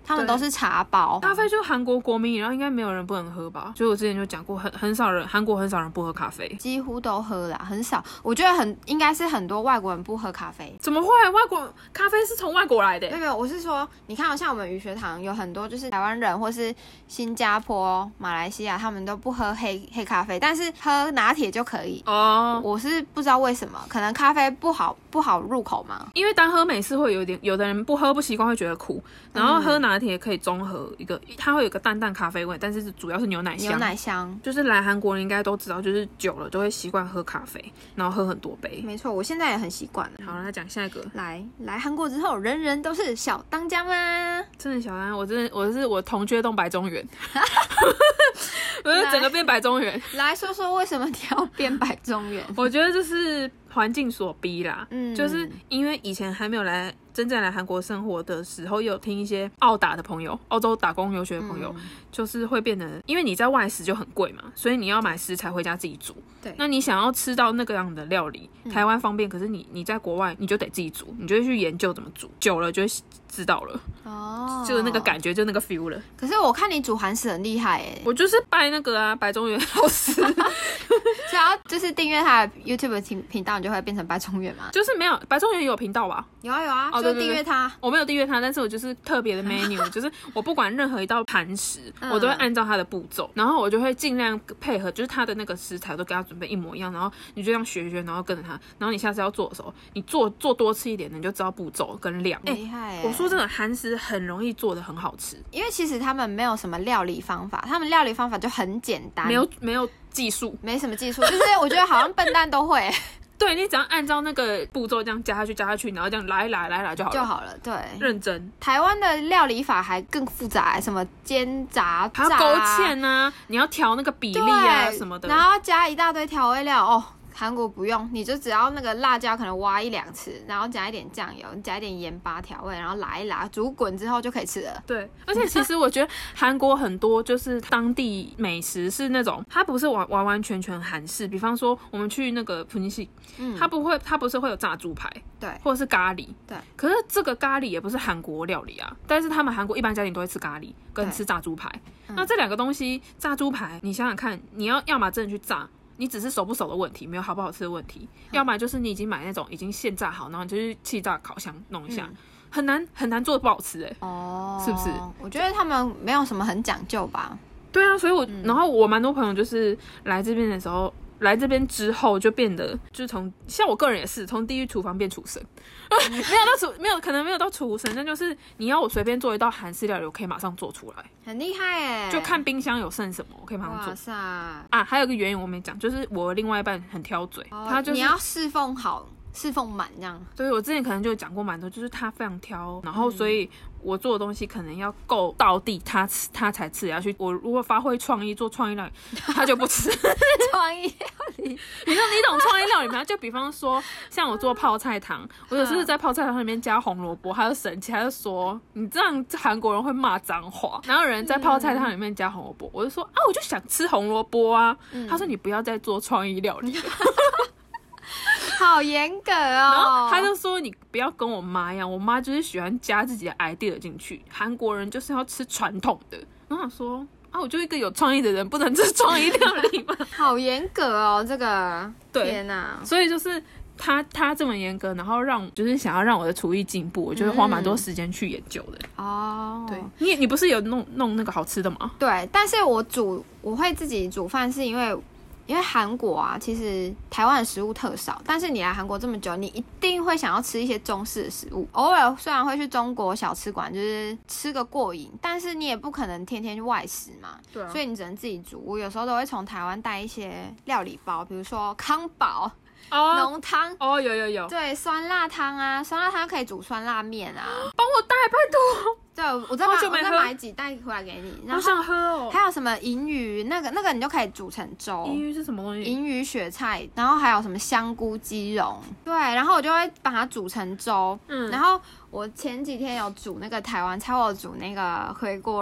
他们都是茶包。 咖啡就韩国国民饮料，应该没有人不能喝吧？就我之前就讲过，很少人，韩国很少人不喝咖啡， 几乎都喝啦，很少。我觉得应该是很多外国人不喝咖啡。 怎么会？外国咖啡是从外国来的？ 没有，我是说，你看，像我们语学堂有很多就是台湾人或是新加坡、马来西亚，他们都不喝黑咖啡，但是喝拿铁就可以。哦，我是不知道为什么，可能咖啡不好入口嘛。 因为单喝美式会有的人不喝不习惯会觉得苦，然后喝拿铁可以中和一个，它会有一个淡淡咖啡味，但是主要是牛奶香。 牛奶香， 就是来韩国人应该都知道，就是久了都会习惯喝咖啡，然后喝很多杯。 没错，我现在也很习惯了。 好，来讲下一个。 来韩国之后，人人都是小当家吗？ 真的小当家，我同缺栋白中原，我就整个变白中原。 来说说为什么你要变白中原？ 我觉得这是环境所逼啦，就是因为以前还没有真正来韩国生活的时候，有听一些澳洲打工留学的朋友，就是会变得，因为你在外食就很贵嘛，所以你要买食材回家自己煮。对，那你想要吃到那个样的料理，台湾方便，可是你在国外你就得自己煮，你就会去研究怎么煮，久了就会知道了。哦，就那个感觉，就那个 feel 了。 可是我看你煮韩食很厉害耶， 我就是拜那个啊白中原老师， 只要就是订阅他的 YouTube 频道，你就会变成白中原嘛？ 就是没有白中原有频道吧？ 有啊，就订阅他。 我没有订阅他，但是我就是特别的 menu， 就是我不管任何一道韩食，我都会按照他的步骤，然后我就会尽量配合，就是他的那个食材我都给他准备一模一样，然后你就这样学，然后跟着他，然后你下次要做的时候，你做多吃一点，你就知道步骤跟量。 厉害我说真的，韩食很容易做的很好吃， 因为其实他们没有什么料理方法，他们料理方法就很简单， 没有技术， 没什么技术，就是我觉得好像笨蛋都会。 对，你只要按照那个步骤这样加下去，然后这样来就好了。 对， 认真。 台湾的料理法还更复杂，什么煎炸还要勾芡啊，你要调那个比例啊什么的， 然后加一大堆调味料哦。韩国不用，你就只要那个辣椒可能挖1-2次，然后加一点酱油，加一点盐巴调味，然后拉一拉，煮滚之后就可以吃了。对， 而且其实我觉得韩国很多就是当地美食是那种，它不是完全韩式。比方说我们去那个普尼西，它不是会有炸猪排，对，或者是咖喱，对。可是这个咖喱也不是韩国料理啊，但是他们韩国一般家庭都会吃咖喱跟吃炸猪排。那这两个东西，炸猪排，你想想看，你要么真的去炸。你只是熟不熟的问题，没有好不好吃的问题。要么就是你已经买那种已经现炸好，然后你就去气炸烤箱弄一下，很难做的不好吃是不是？ 我觉得他们没有什么很讲究吧。 对啊，所以然后我蛮多朋友就是来这边的时候。来这边之后就变得，就是像我个人也是从地狱厨房变厨神，可能没有到厨神，但就是你要我随便做一道韩式料理，我可以马上做出来， 很厉害耶！ 就看冰箱有剩什么，我可以马上做。 哇塞！ 啊，还有一个原因我没讲，就是我另外一半很挑嘴，他就是你要侍奉满这样。 对，我之前可能就讲过蛮多，就是他非常挑，然后所以我做的东西可能要够到地，他才吃下去。我如果发挥创意做创意料理，他就不吃。 创意料理， 你懂创意料理吗？就比方说，像我做泡菜汤，我有时候在泡菜汤里面加红萝卜，他就生气，他就说你这样韩国人会骂脏话。然后有人在泡菜汤里面加红萝卜，我就说啊，我就想吃红萝卜啊。他说你不要再做创意料理了。 好严格哦！ 然后他就说：“你不要跟我妈一样，我妈就是喜欢加自己的 idea 进去。韩国人就是要吃传统的。”然后我说：“啊，我就一个有创意的人，不能吃创意料理吗？” 好严格哦，这个天哪！ 所以就是他这么严格，然后就是想要让我的厨艺进步，我就会花蛮多时间去研究的。哦，对，你不是有弄那个好吃的吗？ 对，但是我会自己煮饭，是因为韩国啊，其实台湾的食物特少，但是你来韩国这么久，你一定会想要吃一些中式的食物。偶尔虽然会去中国小吃馆，就是吃个过瘾，但是你也不可能天天去外食嘛。对啊，所以你只能自己煮。我有时候都会从台湾带一些料理包，比如说康宝浓汤有对，酸辣汤啊，酸辣汤可以煮酸辣面啊， 帮我带拜托。 对，我再买几袋回来给你。然后我想喝哦。 还有什么银鱼，那个你就可以煮成粥。 银鱼是什么东西？ 银鱼雪菜，然后还有什么香菇鸡茸。对，然后我就会把它煮成粥。然后我前几天有煮那个台湾菜，我有煮那个回锅肉，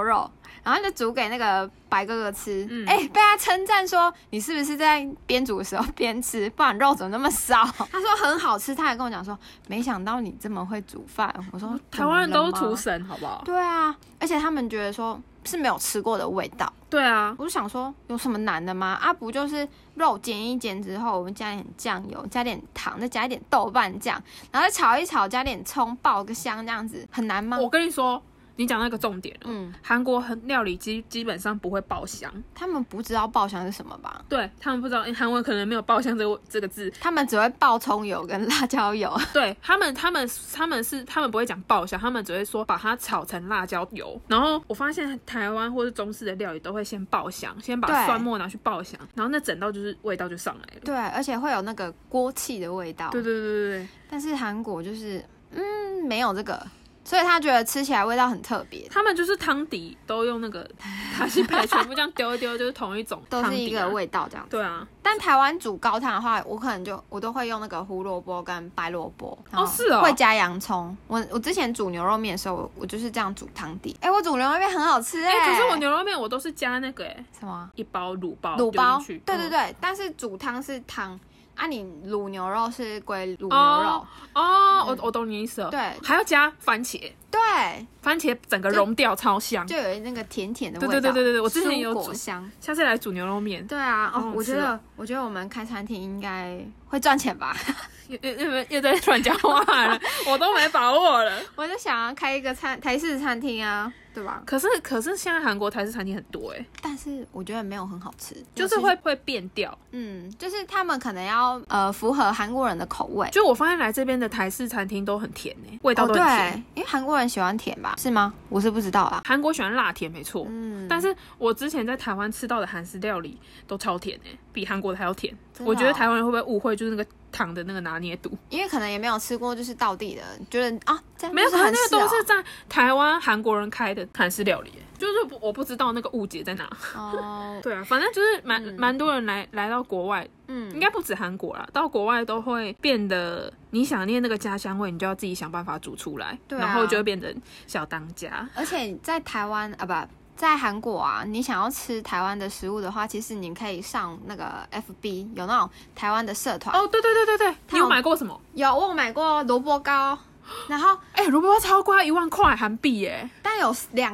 然后就煮给那个白哥哥吃，被他称赞说你是不是在边煮的时候边吃，不然肉怎么那么少？他说很好吃，他还跟我讲说没想到你这么会煮饭。我说台湾人都是厨神，好不好？ 对啊，而且他们觉得说是没有吃过的味道。 对啊， 我就想说有什么难的吗？啊，不就是肉煎一煎之后，我们加点酱油，加点糖，再加一点豆瓣酱，然后再炒一炒，加点葱，爆个香，这样子很难吗？ 我跟你说。你讲那个重点了，韩国料理基本上不会爆香， 他们不知道爆香是什么吧？ 对他们不知道，韩文可能没有爆香这个字， 他们只会爆葱油跟辣椒油。 对他们不会讲爆香，他们只会说把它炒成辣椒油。然后我发现台湾或是中式的料理都会先爆香，先把蒜末拿去爆香，然后那整道就是味道就上来了。 对，而且会有那个锅气的味道。 对。 但是韩国就是没有这个。所以他觉得吃起来味道很特别。 他们就是汤底都用那个塔西牌全部这样丢一丢，就是同一种汤底， 都是一个味道这样子。 对啊。 但台湾煮高汤的话，我可能我都会用那个胡萝卜跟白萝卜。 是哦。 会加洋葱。我之前煮牛肉面的时候，我就是这样煮汤底。我煮牛肉面很好吃可是我牛肉面我都是加那个什么一包卤包进去。对，但是煮汤是汤。你卤牛肉是归卤牛肉我懂你意思了。 对， 还要加番茄。 对， 番茄整个融掉超香， 就有那个甜甜的味道。 对，我之前有煮， 果香。 下次来煮牛肉面。 对啊，我觉得我们开餐厅应该会赚钱吧。 又在乱讲话了，我都没把握了。 我就想要开一个台式餐厅啊，对吧？ 可是现在韩国台式餐厅很多但是我觉得没有很好吃， 就是会变调。 就是他们可能要符合韩国人的口味。 就我发现来这边的台式餐厅都很甜味道都很甜。 对，因为韩国人喜欢甜吧？是吗？我是不知道啊。 韩国喜欢辣甜没错，但是我之前在台湾吃到的韩式料理都超甜比韩国的还要甜。我觉得台湾人会不会误会就是那个糖的那个拿捏度？因为可能也没有吃过就是道地的，觉得没有，可能那个都是在台湾韩国人开的韩式料理，就是我不知道那个误解在哪。对啊，反正就是蛮多人来到国外，应该不止韩国啦，到国外都会变得你想念那个家乡味，你就要自己想办法煮出来，然后就会变成小当家。 而且在台湾在韩国你想要吃台湾的食物的话，其实你可以上那个 FB 有那种台湾的社团。 对，你有买过什么？ 有，我有买过萝卜糕，然后萝卜糕超贵，1万块韩币但有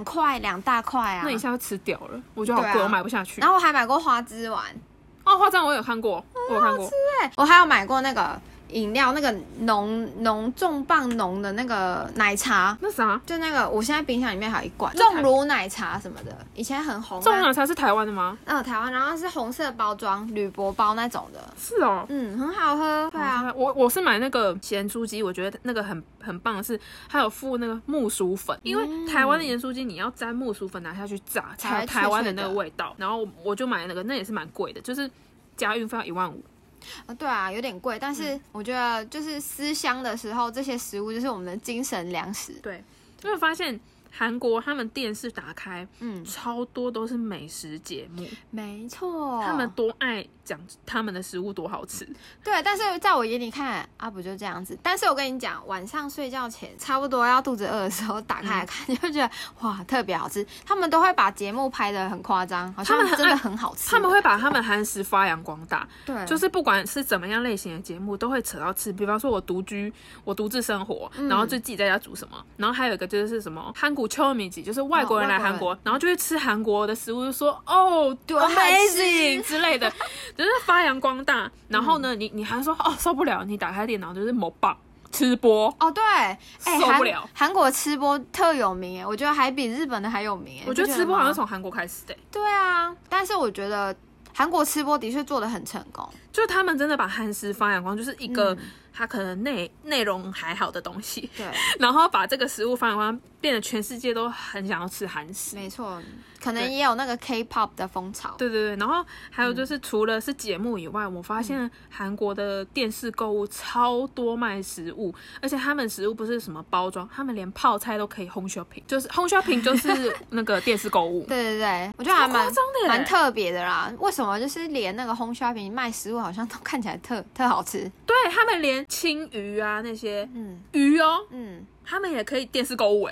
2大块啊。 那一下就吃掉了，我觉得好贵，我买不下去。 然后我还买过花枝丸。 花枝丸我有看过，我有看过。 我还有买过那个饮料，那个重磅浓的那个奶茶。 那啥？ 就那个，我现在冰箱里面还有一罐重乳奶茶什么的，以前很红。 重乳奶茶是台湾的吗？ 台湾，然后是红色包装铝箔包那种的。 是哦。 很好喝。对啊， 我是买那个咸酥鸡，我觉得那个很棒的是，它有附那个木薯粉，因为台湾的盐酥鸡你要沾木薯粉拿下去炸，才有台湾的那个味道。然后我就买那个，那也是蛮贵的，就是加运费要15000。 对啊，有点贵，但是我觉得就是思乡的时候，这些食物就是我们的精神粮食。 对，因为发现韩国他们电视打开，超多都是美食节目， 没错， 他们多爱讲他们的食物多好吃。 对，但是在我眼里看不就这样子。但是我跟你讲，晚上睡觉前差不多要肚子饿的时候打开来看，就觉得哇特别好吃。他们都会把节目拍得很夸张，好像真的很好吃。 他们会把他们韩食发扬光大。 对， 就是不管是怎么样类型的节目，都会扯到吃。比方说我独自生活，然后就自己在家煮什么。然后还有一个就是什么韩国秋米吉，就是外国人来韩国，然后就会吃韩国的食物，就说amazing 之类的，就是发扬光大。然后呢，你还说受不了，你打开电脑就是某棒吃播。 对， 受不了。 韩国吃播特有名我觉得还比日本的还有名我觉得吃播好像从韩国开始的。 对啊，但是我觉得韩国吃播的确做得很成功， 就他们真的把韩食发扬光，就是一个它可能内容还好的东西， 对， 然后把这个食物发扬光，变得全世界都很想要吃韩食。 没错，可能也有那个 K-pop 的风潮。 对，然后还有就是除了是节目以外，我发现韩国的电视购物超多卖食物，而且他们食物不是什么包装，他们连泡菜都可以 home shopping， 就是 home shopping 就是那个电视购物。 对，我觉得还蛮特别的啦。为什么就是连那个 home shopping 卖食物好像都看起来特好吃？ 对，他们连青鱼啊那些鱼他们也可以电视购物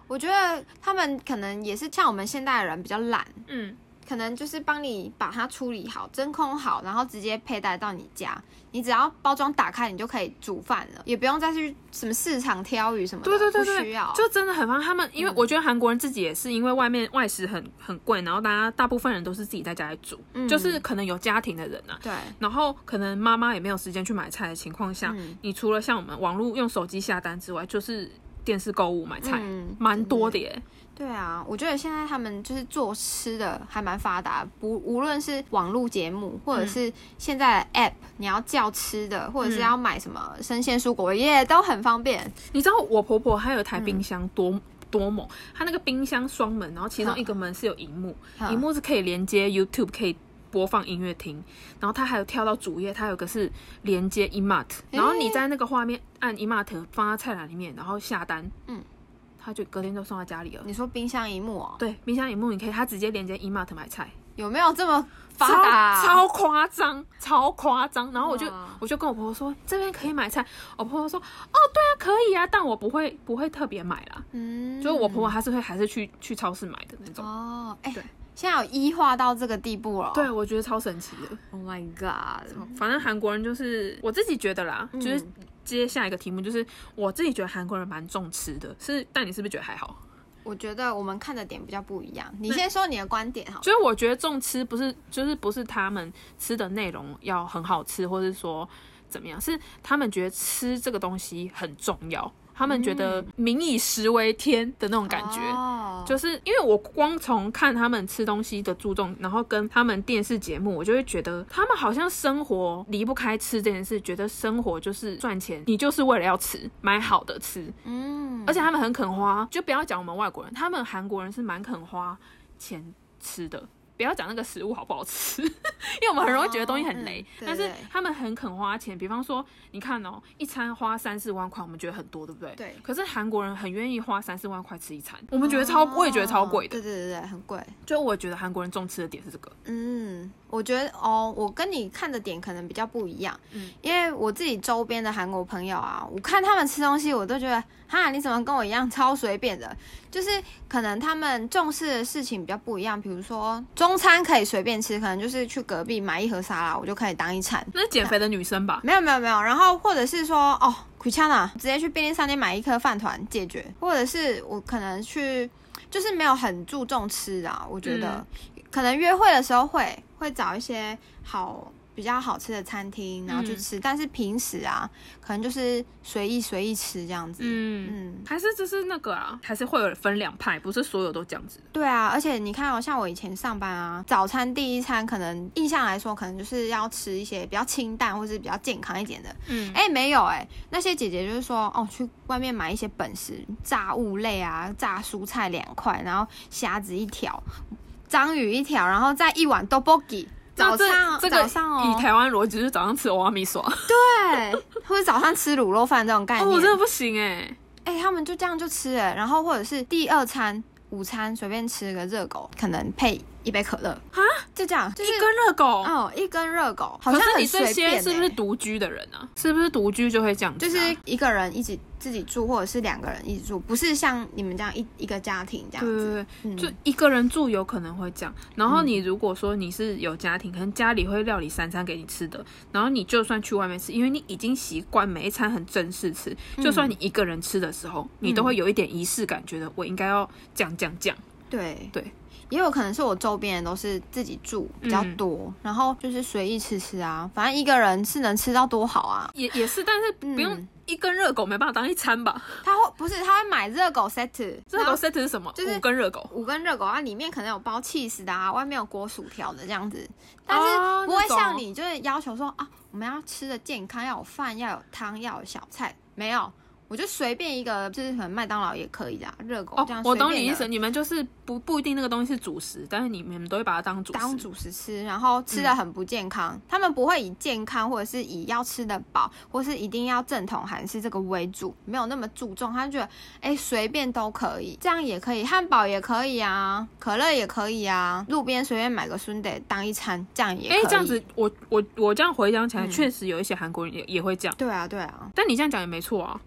我觉得他们可能也是像我们现代的人比较懒，可能就是帮你把它处理好、真空好，然后直接佩戴到你家。你只要包装打开，你就可以煮饭了，也不用再去什么市场挑鱼什么的。对，不需要， 就真的很方便。他们因为我觉得韩国人自己也是因为外面外食很贵，然后大部分人都是自己在家里煮，就是可能有家庭的人啊， 对， 然后可能妈妈也没有时间去买菜的情况下，你除了像我们网络用手机下单之外，就是电视购物买菜，蛮多的耶。 对啊，我觉得现在他们就是做吃的还蛮发达，无论是网络节目，或者是现在的 App，你要叫吃的，或者是要买什么生鲜蔬果也都很方便。 你知道我婆婆她有一台冰箱多猛，她那个冰箱双门，然后其中一个门是有萤幕，萤幕是可以连接 YouTube， 可以播放音乐听，然后它还有跳到主页，它有个是连接 Emart， 然后你在那个画面按 Emart 放在菜篮里面，然后下单，他就隔天就送到家里了。 你说冰箱萤幕哦？ 对，冰箱萤幕你可以，他直接连接 Emart 买菜， 有没有这么发达？ 超夸张，超夸张。然后我就跟我婆婆说，这边可以买菜。我婆婆说，哦，对啊，可以啊，但我不会特别买啦。就是我婆婆还是去超市买的那种。哦， 对。现在有医化到这个地步了， 对，我觉得超神奇的。 Oh my god！ 反正韩国人就是我自己觉得啦，就是接下一个题目就是我自己觉得韩国人蛮重吃的，但你是不是觉得还好？ 我觉得我们看的点比较不一样，你先说你的观点好。 就是我觉得重吃不是他们吃的内容要很好吃，或是说怎么样，是他们觉得吃这个东西很重要。他们觉得民以食为天的那种感觉，就是因为我光从看他们吃东西的注重，然后跟他们电视节目，我就会觉得他们好像生活离不开吃这件事，觉得生活就是赚钱，你就是为了要吃，买好的吃，而且他们很肯花，就不要讲我们外国人，他们韩国人是蛮肯花钱吃的。不要讲那个食物好不好吃，因为我们很容易觉得东西很雷，但是他们很肯花钱。比方说，你看哦，一餐花3-4万块，我们觉得很多，对不对？ 对。 可是韩国人很愿意花3-4万块吃一餐，我们觉得我也觉得超贵的。 对，很贵。 就我觉得韩国人重吃的点是这个。 我觉得我跟你看的点可能比较不一样，因为我自己周边的韩国朋友啊，我看他们吃东西，我都觉得哈，你怎么跟我一样超随便的？就是可能他们重视的事情比较不一样，比如说中餐可以随便吃，可能就是去隔壁买一盒沙拉，我就可以当一餐。 那是减肥的女生吧？ 没有，然后或者是说亏呛啊，直接去便利商店买一颗饭团解决，或者是我可能去，就是没有很注重吃啊，我觉得。可能约会的时候会找一些比较好吃的餐厅，然后去吃，但是平时啊，可能就是随意吃这样子。 还是就是那个啊，还是会有分两派，不是所有都这样子。 对啊，而且你看像我以前上班啊，早餐第一餐可能印象来说，可能就是要吃一些比较清淡或是比较健康一点的。没有那些姐姐就是说去外面买一些本食，炸物类啊，炸蔬菜2块，然后虾子1条。章鱼1条，然后再1碗tteokbokki。早上以台湾逻辑就是早上吃欧阿米耍， 对，或者早上吃卤肉饭这种概念。 我真的不行他们就这样就吃然后或者是第2餐午餐随便吃个热狗，可能配1杯可乐啊，就这样，就是一根热狗一根热狗，好像很随便。可是你这些是不是独居的人啊？是不是独居就会这样子？ 就是一个人自己住，或者是2个人一起住，不是像你们这样一个家庭这样子。 对，就一个人住有可能会这样。然后你如果说你是有家庭，可能家里会料理3餐给你吃的，然后你就算去外面吃，因为你已经习惯每一餐很正式吃，就算你一个人吃的时候，你都会有一点仪式感，觉得我应该要这样。 对。也有可能是我周边人都是自己住比较多，然后就是随意吃啊，反正一个人是能吃到多好啊。 也是，但是不用一根热狗没办法当一餐吧？ 他会买热狗 set。 热狗 set 是什么？就是5根热狗。5 根热狗啊，里面可能有包 cheese 的啊，外面有裹薯条的这样子，但是不会像你就是要求说我们要吃的健康，要有饭，要有汤，要有小菜，没有。我就随便一个，就是可能麦当劳也可以啦，热狗这样。 我懂你意思，你们就是不一定那个东西是主食，但是你们都会把它当主食吃，然后吃的很不健康。他们不会以健康或者是以要吃得饱，或是一定要正统韩式这个为主，没有那么注重。他就觉得随便都可以，这样也可以，汉堡也可以啊，可乐也可以啊，路边随便买个순대当一餐，这样也可以。 这样子我这样回想起来，确实有一些韩国人也会这样。 对啊。 但你这样讲也没错啊。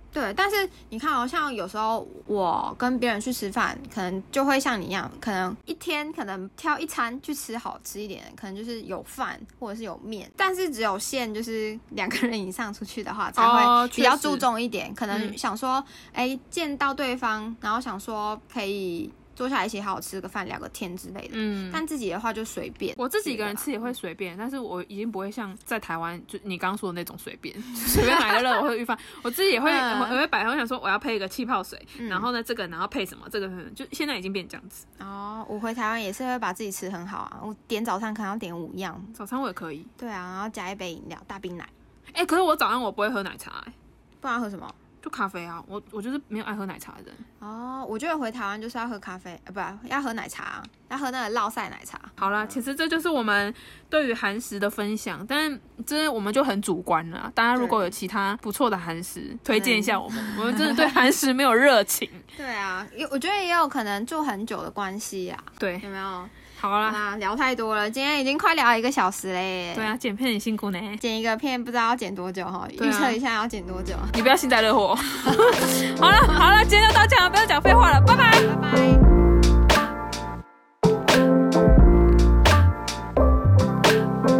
对，但是你看像有时候我跟别人去吃饭，可能就会像你一样，可能一天可能挑一餐去吃好吃一点，可能就是有饭或者是有面，但是只有限就是2个人以上出去的话才会比较注重一点，可能想说见到对方，然后想说可以坐下来一起好好吃个饭聊个天之类的，但自己的话就随便。 我自己一个人吃也会随便，但是我已经不会像在台湾就你刚刚说的那种随便随便买个热或者预饭，我自己也会我会摆，我想说我要配一个气泡水，然后呢这个然后配什么，这个就现在已经变这样子。 我回台湾也是会把自己吃很好啊，我点早餐可能要点5样， 早餐我也可以。 对啊，然后加一杯饮料大冰奶。 可是我早上我不会喝奶茶不然喝什么？ 就咖啡啊，我就是没有爱喝奶茶的人。 我觉得回台湾就是要喝咖啡，不要喝奶茶，要喝那个烙赛奶茶。 好啦，其实这就是我们对于韩食的分享，但这我们就很主观了。大家如果有其他不错的韩食，推荐一下我们。我们真的对韩食没有热情。 对啊，我觉得也有可能住很久的关系啊。 对， 有没有？ 好啦， 聊太多了，今天已经快聊1个小时嘞。 对啊，剪片很辛苦呢， 剪一个片不知道要剪多久哈，预测一下要剪多久。 你不要幸灾乐祸。好了，今天就到这样，不要讲废话了，拜拜。